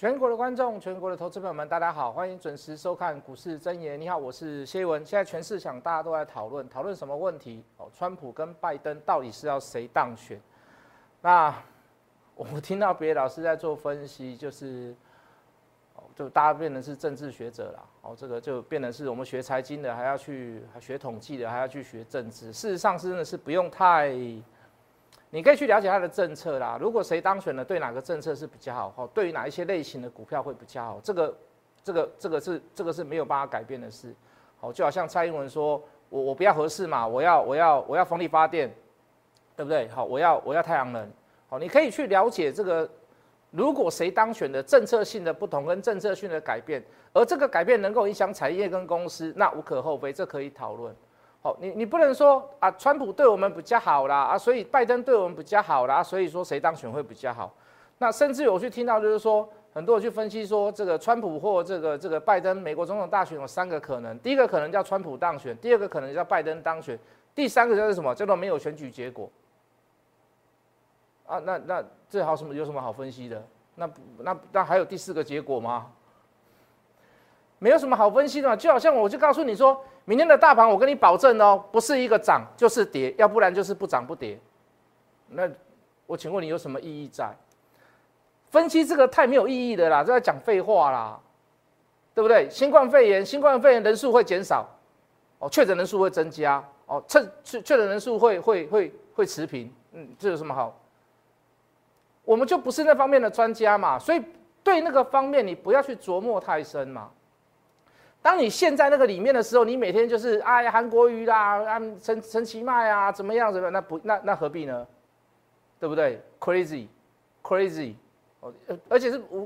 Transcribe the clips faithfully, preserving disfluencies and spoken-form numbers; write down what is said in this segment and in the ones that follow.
全国的观众，全国的投资朋友们，大家好，欢迎准时收看股市真言。你好，我是谢文。现在全市场大家都在讨论，讨论什么问题？哦，川普跟拜登到底是要谁当选？那我听到别的老师在做分析，就是哦，就大家变成是政治学者了。哦，这个就变成是我们学财经的，还要去学统计的，还要去学政治。事实上是真的是不用太。你可以去了解他的政策啦。如果谁当选了，对哪个政策是比较好？哦，对于哪一些类型的股票会比较好？这个、这个、这个是这个是没有办法改变的事。好，就好像蔡英文说，我我不要核四嘛，我要我要我要风力发电，对不对？好，我要我要太阳能。好，你可以去了解这个，如果谁当选的政策性的不同跟政策性的改变，而这个改变能够影响产业跟公司，那无可厚非，这可以讨论。好，你你不能说啊，川普对我们比较好啦，啊，所以拜登对我们比较好啦，所以说谁当选会比较好？那甚至有去听到就是说，很多人去分析说，这个川普或这个这个拜登美国总统大选有三个可能，第一个可能叫川普当选，第二个可能叫拜登当选，第三个叫做什么？叫做没有选举结果。啊，那那这好什么有什么好分析的？那那那还有第四个结果吗？没有什么好分析的嘛，就好像我就告诉你说，明天的大盘我跟你保证哦，不是一个涨就是跌，要不然就是不涨不跌。那我请问你有什么意义在？分析这个太没有意义的啦，这在讲废话啦，对不对？新冠肺炎，新冠肺炎人数会减少，哦，确诊人数会增加，哦，确确确诊人数会会会会持平，嗯，这有什么好？我们就不是那方面的专家嘛，所以对那个方面你不要去琢磨太深嘛。当你陷在那个里面的时候，你每天就是哎呀韩国瑜啦，啊陈陈其迈啊，怎么样怎么样？那不那那何必呢？对不对 ？Crazy crazy， 而且是无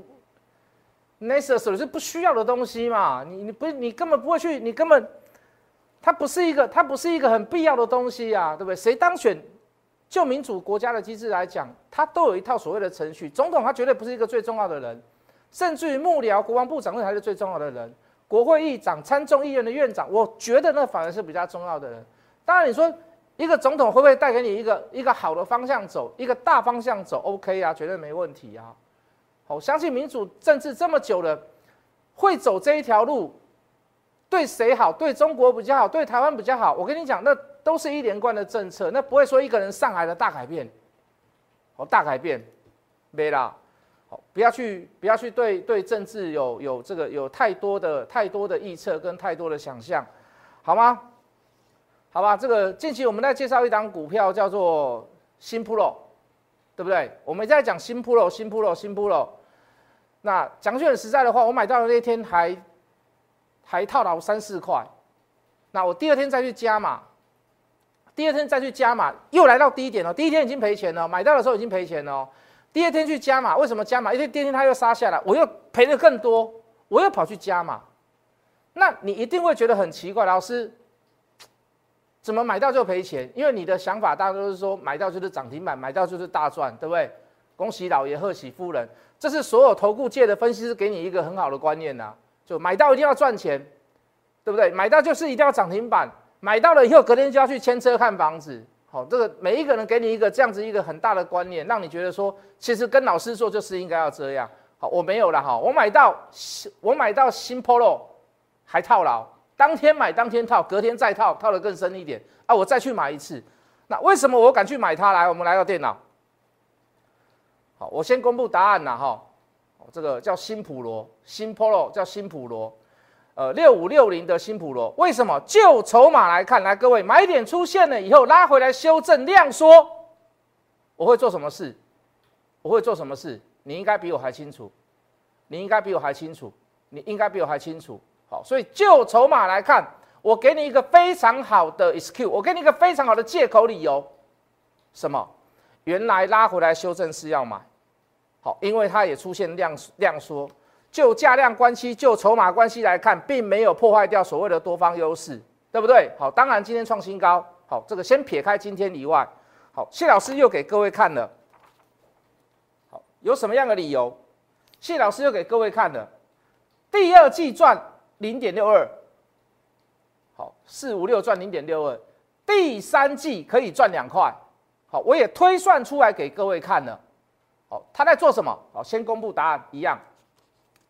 necessary 是不需要的东西嘛。你你不你根本不会去，你根本它不是一个它不是一个很必要的东西啊，对不对？谁当选，就民主国家的机制来讲，它都有一套所谓的程序。总统他绝对不是一个最重要的人，甚至于幕僚、国防部长那才是最重要的人。国会议长、参众议院的院长，我觉得那反而是比较重要的人。当然，你说一个总统会不会带给你一个一个好的方向走，一个大方向走 ？OK 啊，绝对没问题啊。我相信民主政治这么久了，会走这一条路，对谁好？对中国比较好，对台湾比较好。我跟你讲，那都是一连贯的政策，那不会说一个人上来的大改变，哦，大改变，没啦。好，不要去，不要去对对政治有有这个有太多的太多的臆测跟太多的想象，好吗？好吧，这个近期我们在介绍一档股票叫做新 Pro， 对不对？我们在讲新 Pro， 新 Pro， 新 Pro。那讲句很实在的话，我买到的那天还还套牢三四块，那我第二天再去加码，第二天再去加码，又来到低点了。第一天已经赔钱了，买到的时候已经赔钱了。第二天去加码，为什么加码？因为第二天它又杀下来，我又赔的更多，我又跑去加码。那你一定会觉得很奇怪，老师怎么买到就赔钱？因为你的想法大多都是说买到就是涨停板，买到就是大赚，对不对？恭喜老爷，贺喜夫人，这是所有投顾界的分析师给你一个很好的观念呐、啊，就买到一定要赚钱，对不对？买到就是一定要涨停板，买到了以后隔天就要去牵车看房子。好，这个每一个人给你一个这样子一个很大的观念，让你觉得说，其实跟老师做就是应该要这样。好，我没有了哈，我买到我买到新 Polo 还套牢，当天买当天套，隔天再套，套得更深一点啊，我再去买一次。那为什么我敢去买它？来，我们来到电脑。好，我先公布答案啦哈。这个叫新普罗，新 Polo 叫新普罗。呃，六五六零的新普罗，为什么？就筹码来看，来各位，买点出现了以后，拉回来修正量缩，我会做什么事？我会做什么事？你应该比我还清楚，你应该比我还清楚，你应该比我还清楚。好，所以就筹码来看，我给你一个非常好的 excuse， 我给你一个非常好的借口理由，什么？原来拉回来修正是要买，好，因为它也出现量量缩。就价量关系、就筹码关系来看，并没有破坏掉所谓的多方优势，对不对？好，当然今天创新高，好，这个先撇开今天以外，好，谢老师又给各位看了，好，有什么样的理由？谢老师又给各位看了，第二季赚 零点六二， 好，四五六赚 零点六二， 第三季可以赚两块，好，我也推算出来给各位看了，好，他在做什么？好，先公布答案，一样。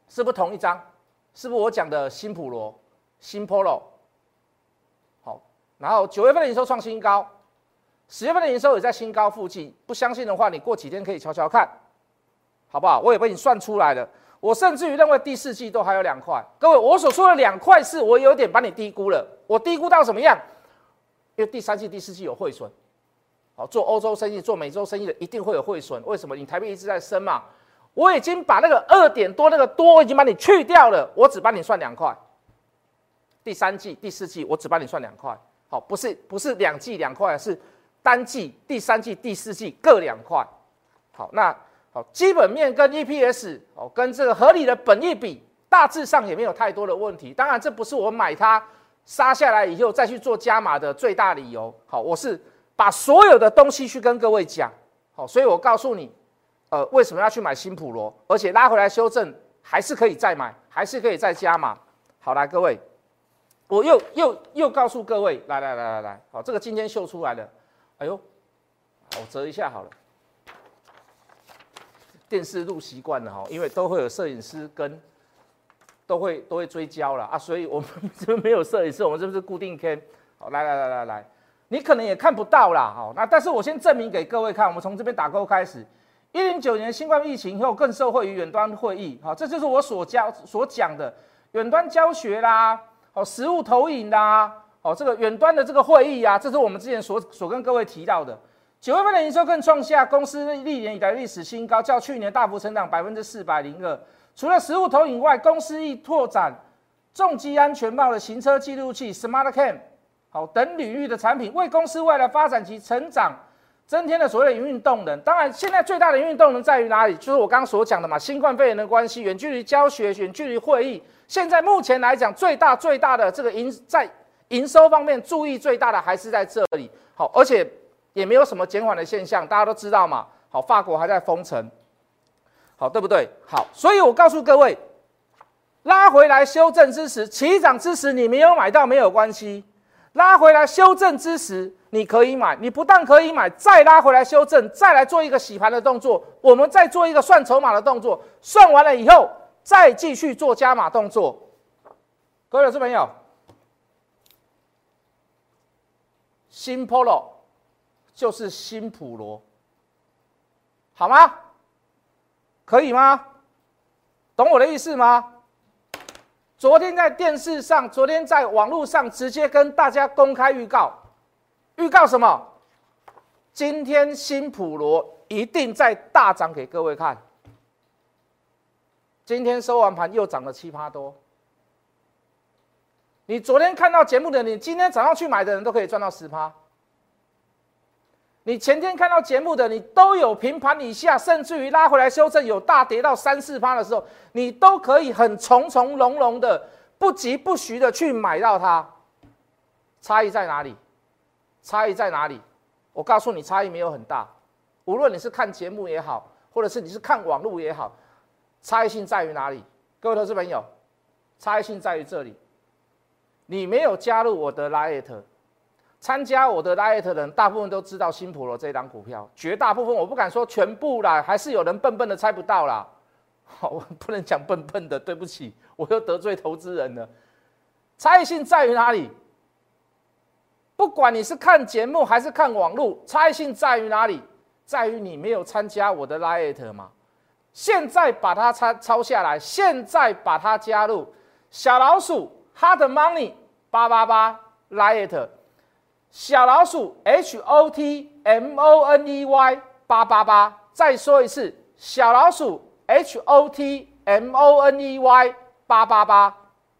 是不是同一张？是不是我讲的新普罗、新 Polo？ 好，然后九月份的营收创新高，十月份的营收也在新高附近。不相信的话，你过几天可以瞧瞧看，好不好？我也帮你算出来了。我甚至于认为第四季都还有两块。各位，我所说的两块是我有点把你低估了。我低估到什么样？因为第三季、第四季有汇损。好，做欧洲生意、做美洲生意的一定会有汇损。为什么？你台币一直在升嘛。我已经把那个二点多那个多，我已经把你去掉了，我只帮你算两块。第三季、第四季我只帮你算两块。好，不是不是两季两块，是单季第三季、第四季各两块。好，那好，基本面跟 E P S 哦，跟这个合理的本益比，大致上也没有太多的问题。当然，这不是我买它杀下来以后再去做加码的最大理由。好，我是把所有的东西去跟各位讲。好，所以我告诉你。呃，为什么要去买新普罗？而且拉回来修正，还是可以再买，还是可以再加码。好，来各位，我又又又告诉各位，来来来来来，好，这个今天秀出来了。哎呦，我折一下好了。电视录习惯了哈，因为都会有摄影师跟，都会都会追焦了啊，所以我们这边没有摄影师，我们这边是固定 cam。好，来来来来来，你可能也看不到啦，好，那但是我先证明给各位看，我们从这边打勾开始。一零九年新冠疫情后，更受惠于远端会议，好，这就是我所教所讲的远端教学啦，好，实物投影啦，好，这个远端的这个会议啊，这是我们之前所所跟各位提到的。九月份的营收更创下公司历年以来历史新高，较去年大幅成长百分之四百零二。除了实物投影外，公司亦拓展重机安全帽的行车记录器 Smart Cam 好等领域的产品，为公司未来发展及成长增添了所谓的营运动能。当然，现在最大的营运动能在于哪里？就是我刚刚所讲的嘛，新冠肺炎的关系，远距离教学、远距离会议。现在目前来讲，最大最大的这个营在营收方面，注意最大的还是在这里。好，而且也没有什么减缓的现象，大家都知道嘛。好，法国还在封城，好，对不对？好，所以我告诉各位，拉回来修正之时，起涨之时你没有买到没有关系。拉回来修正之时，你可以买，你不但可以买，再拉回来修正，再来做一个洗盘的动作，我们再做一个算筹码的动作，算完了以后，再继续做加码动作。各位投资朋友，新 Polo 就是新普罗，好吗？可以吗？懂我的意思吗？昨天在电视上，昨天在网络上直接跟大家公开预告，预告什么？今天新普罗一定再大涨给各位看。今天收完盘又涨了七趴多。你昨天看到节目的，你今天早上去买的人都可以赚到十趴。你前天看到节目的，你都有平盘以下，甚至于拉回来修正，有大跌到三四趴的时候，你都可以很从从容容的、不急不徐的去买到它。差异在哪里？差异在哪里？我告诉你，差异没有很大。无论你是看节目也好，或者是你是看网络也好，差异性在于哪里？各位投资朋友，差异性在于这里。你没有加入我的 Line。参加我的 Lite 的人，大部分都知道新普罗这一档股票，绝大部分我不敢说全部啦，还是有人笨笨的猜不到啦。好，我不能讲笨笨的，对不起，我又得罪投资人了。差异性在于哪里？不管你是看节目还是看网络，差异性在于哪里？在于你没有参加我的 Lite 嘛。现在把它抄抄下来，现在把它加入小老鼠 Hot Money 八八八 Lite。小老鼠 H O T M O N E Y 八八八，再说一次，小老鼠 H O T M O N E Y 八八八。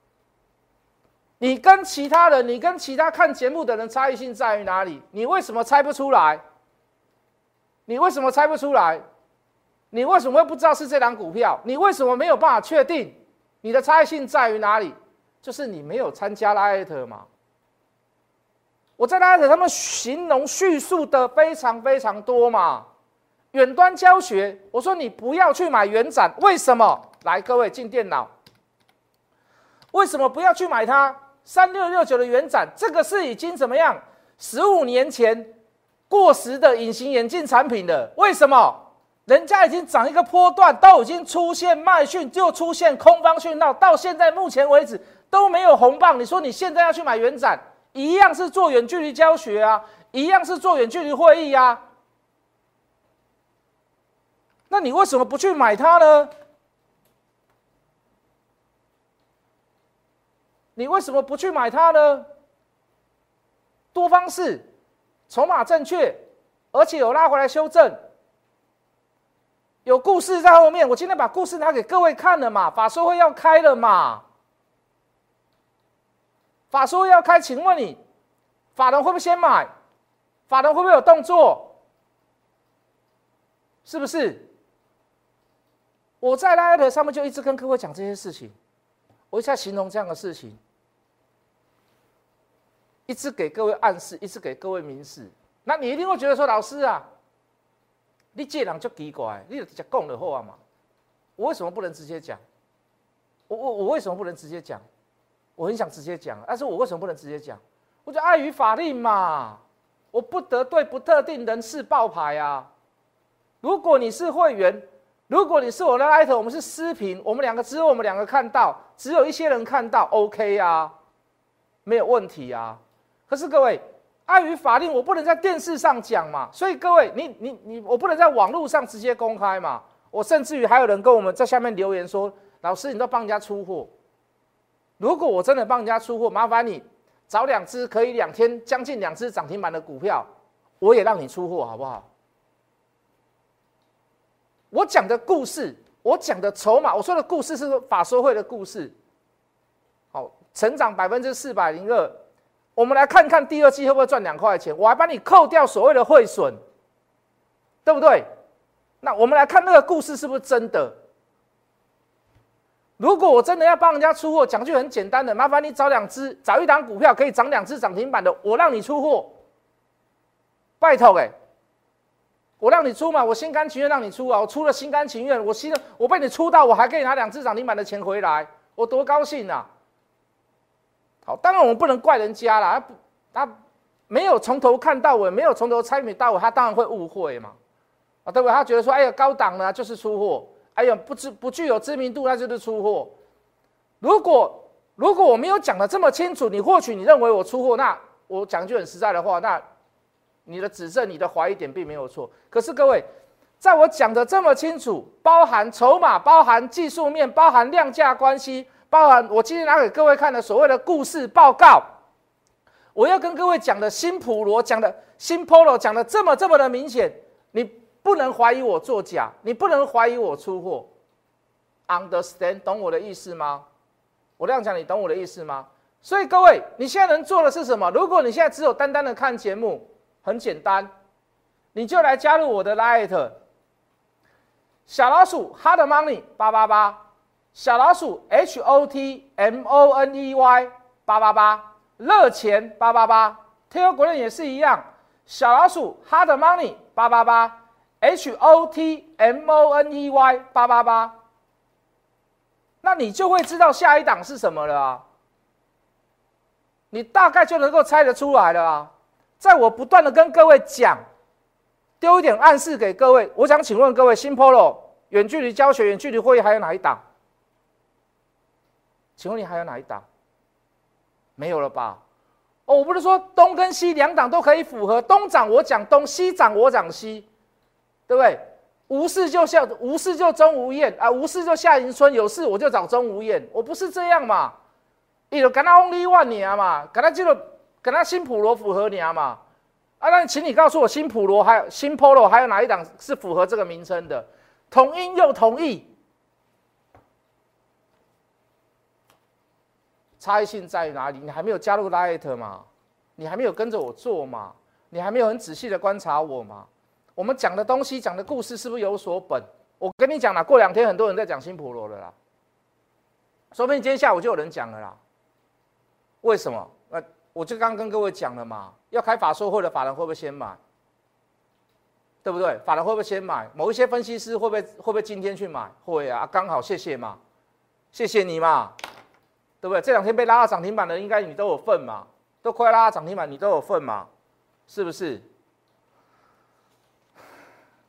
你跟其他人，你跟其他看节目的人差异性在于哪里？你为什么猜不出来？你为什么猜不出来？你为什么会不知道是这档股票？你为什么没有办法确定？你的差异性在于哪里？就是你没有参加 Lite 嘛。我在拉着他们形容叙述的非常非常多嘛，远端教学，我说你不要去买元展，为什么？来，各位进电脑，为什么不要去买它？三六六九的元展，这个是已经怎么样？十五年前过时的隐形眼镜产品了，为什么？ 人家已经涨一个波段，都已经出现卖讯，就出现空方讯号，到现在目前为止都没有红棒。你说你现在要去买元展，一样是做远距离教学啊，一样是做远距离会议啊。那你为什么不去买它呢？你为什么不去买它呢？多方式，筹码正确，而且有拉回来修正。有故事在后面，我今天把故事拿给各位看了嘛，法说会要开了嘛，法说会要开，请问你，法人会不会先买？法人会不会有动作？是不是？我在 Line 上面就一直跟各位讲这些事情，我一直在形容这样的事情，一直给各位暗示，一直给各位明示。那你一定会觉得说，老师啊，你这人就奇怪，你就直接讲就好啊嘛。我为什么不能直接讲？我我我为什么不能直接讲？我很想直接讲，但是我为什么不能直接讲？我就碍于法令嘛，我不得对不特定人士报牌啊。如果你是会员，如果你是我的 item， 我们是私屏，我们两个只有我们两个看到，只有一些人看到 ，OK 啊，没有问题啊。可是各位，碍于法令，我不能在电视上讲嘛，所以各位，你你你，我不能在网络上直接公开嘛。我甚至于还有人跟我们在下面留言说，老师你都帮人家出货。如果我真的帮人家出货，麻烦你找两只可以两天将近两只涨停板的股票，我也让你出货，好不好？我讲的故事，我讲的筹码，我说的故事是法说会的故事。好，成长百分之四百零二，我们来看看第二季会不会赚两块钱？我还帮你扣掉所谓的汇损，对不对？那我们来看那个故事是不是真的？如果我真的要帮人家出货，讲句很简单的，麻烦你找两只，找一档股票可以涨两只涨停板的，我让你出货，拜托哎、欸，我让你出嘛，我心甘情愿让你出啊，我出了心甘情愿，我心我被你出到，我还可以拿两只涨停板的钱回来，我多高兴啊！好，当然我们不能怪人家啦，他他没有从头看到尾，没有从头参与到尾，他当然会误会嘛，啊，对不对？他觉得说，哎呀，高档呢就是出货。哎呀，不知不具有知名度，那就是出货。如果如果我没有讲的这么清楚，你或许你认为我出货，那我讲句很实在的话，那你的指正、你的怀疑点并没有错。可是各位，在我讲的这么清楚，包含筹码、包含技术面、包含量价关系、包含我今天拿给各位看的所谓的故事报告，我要跟各位讲的新普罗讲的新 Polo 讲的这么这么的明显，你不能怀疑我作假，你不能怀疑我出货 ，understand 懂我的意思吗？我这样讲，你懂我的意思吗？所以各位，你现在能做的是什么？如果你现在只有单单的看节目，很简单，你就来加入我的 Lite 小老鼠 Hot Money 八八八，小老鼠 H O T M O N E Y 八八八，热钱八八八 ，Telegram 也是一样，小老鼠 Hot Money 八八八。H O T M O N E Y 八八八，那你就会知道下一档是什么了啊！你大概就能够猜得出来了啊！在我不断的跟各位讲，丢一点暗示给各位，我想请问各位，新 Polo 远距离教学、远距离会议还有哪一档？请问你还有哪一档？没有了吧？哦，我不是说东跟西两档都可以符合，东涨我讲东，西涨我讲西。对不对？无事就笑，无事就钟无艳啊，无事就夏迎春，有事我就找钟无艳。我不是这样嘛，伊就跟他 only one 你嘛，跟他这个跟他新普罗符合你嘛。啊，那请你告诉我，新普罗还有新 Polo 还有哪一档是符合这个名称的？同音又同义，差异性在于哪里？你还没有加入 Lite 嘛？你还没有跟着我做嘛？你还没有很仔细的观察我嘛？我们讲的东西、讲的故事是不是有所本？我跟你讲了，过两天很多人在讲新普罗了啦，说不定今天下午就有人讲了啦。为什么？那我就刚刚跟各位讲了嘛，要开法说会的法人会不会先买？对不对？法人会不会先买？某一些分析师会不会会不会今天去买？会啊，刚好谢谢嘛，谢谢你嘛，对不对？这两天被拉到涨停板的，应该你都有份嘛，都快拉到涨停板，你都有份嘛，是不是？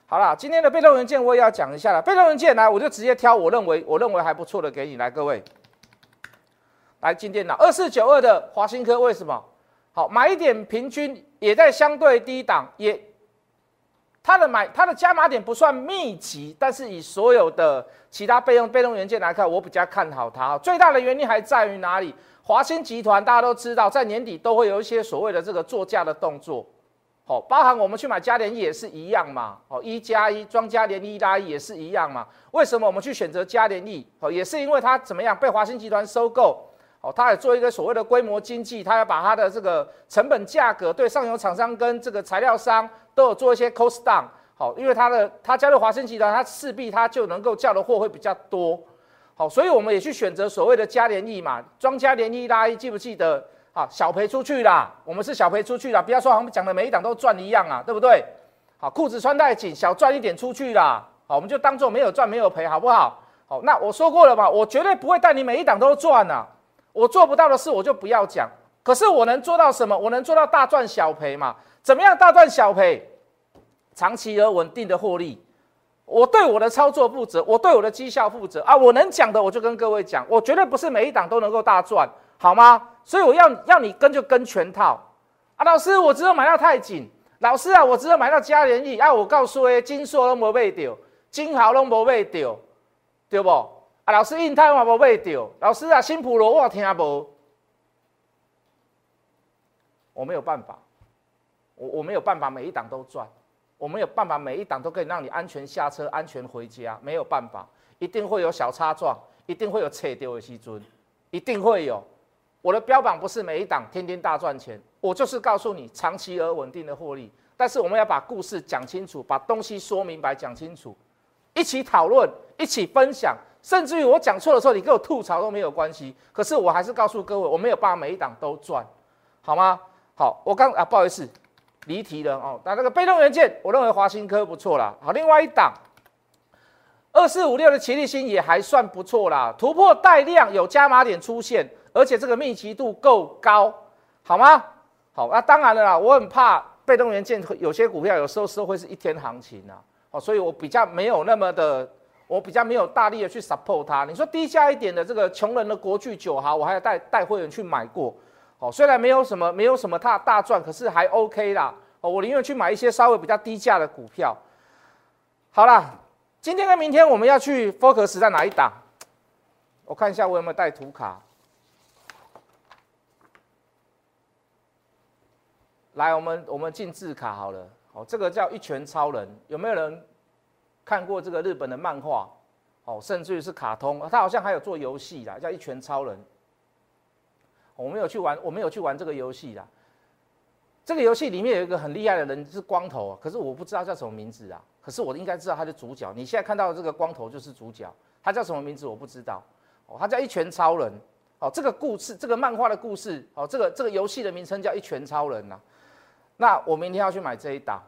好啦，今天的被动元件我也要讲一下了。被动元件来，我就直接挑我认为我认为还不错的给你来，各位。来进电脑二四九二的华新科，为什么？好，买一点平均也在相对低档，也它的买它的加码点不算密集，但是以所有的其他被动被动元件来看，我比较看好它。最大的原因还在于哪里？华新集团大家都知道，在年底都会有一些所谓的这个作价的动作。好，包含我们去买嘉联益也是一样嘛，哦，一加一庄嘉联益拉一也是一样嘛。为什么我们去选择嘉联益？哦，也是因为它怎么样被华新集团收购，哦，它也做一个所谓的规模经济，它要把它的这个成本价格对上游厂商跟这个材料商都有做一些 cost down。好，因为它的它加入华新集团，它势必它就能够叫的货会比较多。好，所以我们也去选择所谓的嘉联益嘛，庄嘉联益拉一，记不记得？啊，小赔出去啦，我们是小赔出去啦，不要说好像讲的每一档都赚一样啊，对不对？好，裤子穿太紧，小赚一点出去啦，好，我们就当做没有赚没有赔，好不好？好，那我说过了嘛，我绝对不会带你每一档都赚啊，我做不到的事我就不要讲。可是我能做到什么？我能做到大赚小赔嘛？怎么样大赚小赔？长期而稳定的获利，我对我的操作负责，我对我的绩效负责啊，我能讲的我就跟各位讲，我绝对不是每一档都能够大赚，好吗？所以我要要你跟就跟全套啊，老师，我只有买到太紧，老师啊，我只有买到嘉联益啊，我告诉你，金硕都没买到，金豪都没买到，对不？啊，老师，印泰我没买到，老师啊，新普罗我听无，我没有办法，我我没有办法每一档都赚，我没有办法每一档都可以让你安全下车、安全回家，没有办法，一定会有小差撞，一定会有扯丢的时阵，一定会有。我的标榜不是每一档天天大赚钱，我就是告诉你长期而稳定的获利。但是我们要把故事讲清楚，把东西说明白、讲清楚，一起讨论，一起分享，甚至于我讲错的时候，你给我吐槽都没有关系。可是我还是告诉各位，我没有办法每一档都赚，好吗？好，我刚啊不好意思离题了哦。那这个被动元件，我认为华新科不错啦。好，另外一档二四五六的奇力新也还算不错啦，突破带量有加码点出现。而且这个密集度够高，好吗？好，那当然了啦，我很怕被动元件有些股票有时候是会是一天行情啊，好，所以我比较没有那么的，我比较没有大力的去 support 它。你说低价一点的这个穷人的国巨九豪，我还要带带会员去买过，好，虽然没有什么没有什么大大赚，可是还 OK 啦，哦，我宁愿去买一些稍微比较低价的股票。好啦，今天跟明天我们要去 focus 在哪一档？我看一下我有没有带图卡。来，我们我们进字卡好了。好，这个叫一拳超人，有没有人看过这个日本的漫画？哦，甚至于是卡通，他好像还有做游戏啦，叫一拳超人。我没有去玩，我没有去玩这个游戏啦。这个游戏里面有一个很厉害的人是光头啊，可是我不知道叫什么名字啊。可是我应该知道他的主角。你现在看到的这个光头就是主角，他叫什么名字我不知道。哦，他叫一拳超人。哦，这个故事，这个漫画的故事，哦，这个这个游戏的名称叫一拳超人呐。那我明天要去买这一档，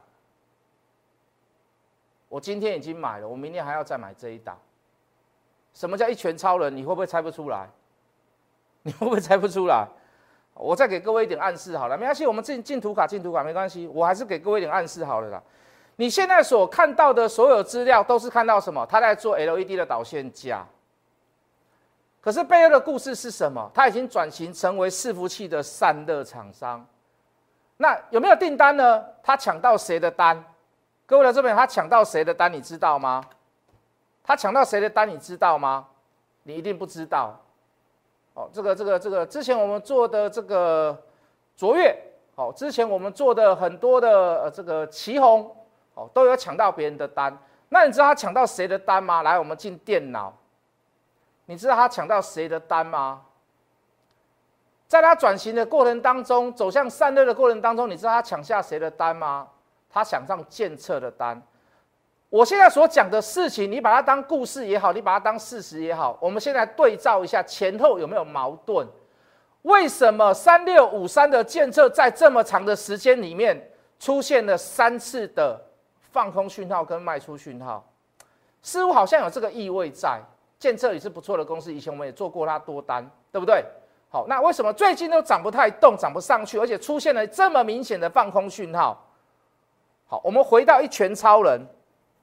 我今天已经买了，我明天还要再买这一档。什么叫一拳超人？你会不会猜不出来？你会不会猜不出来？我再给各位一点暗示好了，没关系，我们进进图卡进图卡没关系，我还是给各位一点暗示好了啦。你现在所看到的所有资料都是看到什么？他在做 L E D 的导线架，可是背后的故事是什么？他已经转型成为伺服器的散热厂商。那有没有订单呢？他抢到谁的单？各位的这边，他抢到谁的单？你知道吗？他抢到谁的单？你知道吗？你一定不知道。哦，这个这个这个，之前我们做的这个卓越，哦，之前我们做的很多的呃这个旗宏，哦，都有抢到别人的单。那你知道他抢到谁的单吗？来，我们进电脑，你知道他抢到谁的单吗？在他转型的过程当中，走向散热的过程当中，你知道他抢下谁的单吗？他抢上建策的单。我现在所讲的事情，你把它当故事也好，你把它当事实也好，我们现在对照一下前后有没有矛盾？为什么三六五三的建策在这么长的时间里面出现了三次的放空讯号跟卖出讯号？似乎好像有这个意味在。建策也是不错的公司，以前我们也做过它多单，对不对？好，那为什么最近都涨不太动，涨不上去，而且出现了这么明显的放空讯号？好，我们回到一拳超人，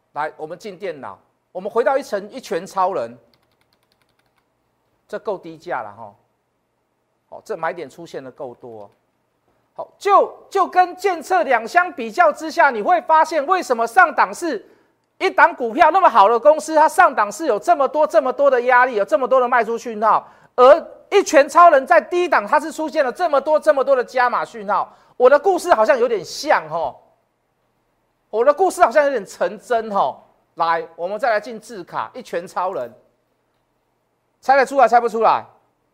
来，我们进电脑，我们回到一层一拳超人，这够低价了哈。哦，这买点出现的够多、哦。好，就就跟建策两相比较之下，你会发现为什么上档是一档股票那么好的公司，它上档是有这么多这么多的压力，有这么多的卖出讯号，而一拳超人在低档它是出现了这么多这么多的加码讯号。我的故事好像有点像哦，我的故事好像有点成真哦。来，我们再来进字卡，一拳超人，猜得出来猜不出来？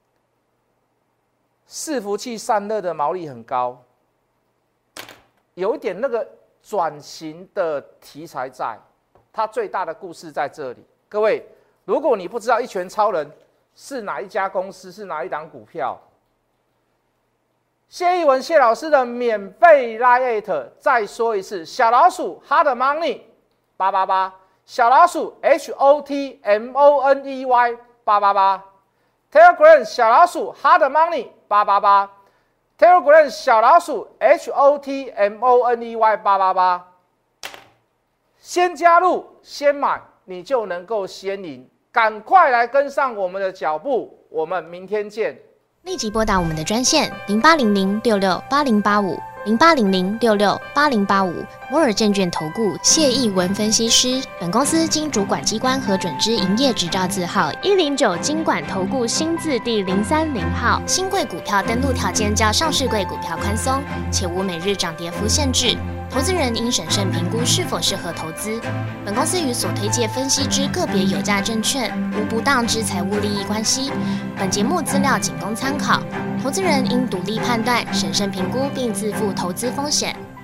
伺服器散热的毛利很高，有一点那个转型的题材在，它最大的故事在这里。各位，如果你不知道一拳超人是哪一家公司，是哪一档股票，谢逸文谢老师的免费 Line 再说一次，小老鼠 Hard Money 八八八，小老鼠 H O T M O N E Y 八八八 ，Telegram 小老鼠 Hard Money 八八八 ，Telegram 小老鼠 H O T M O N E Y 八八八，先加入先买，你就能够先赢，赶快来跟上我们的脚步，我们明天见。 立即拨打我们的专线零八零零六六八零八五零八零零六六八零八五摩尔证券投顾谢逸文分析师。本公司经主管机关核准之营业执照字号一零九金管投顾新字第零三零号。新贵股票登录条件较上市贵股票宽松，且无每日涨跌幅限制。投资人应审慎评估是否适合投资。本公司与所推介分析之个别有价证券无不当之财务利益关系。本节目资料仅供参考，投资人应独立判断、审慎评估并自负投资风险。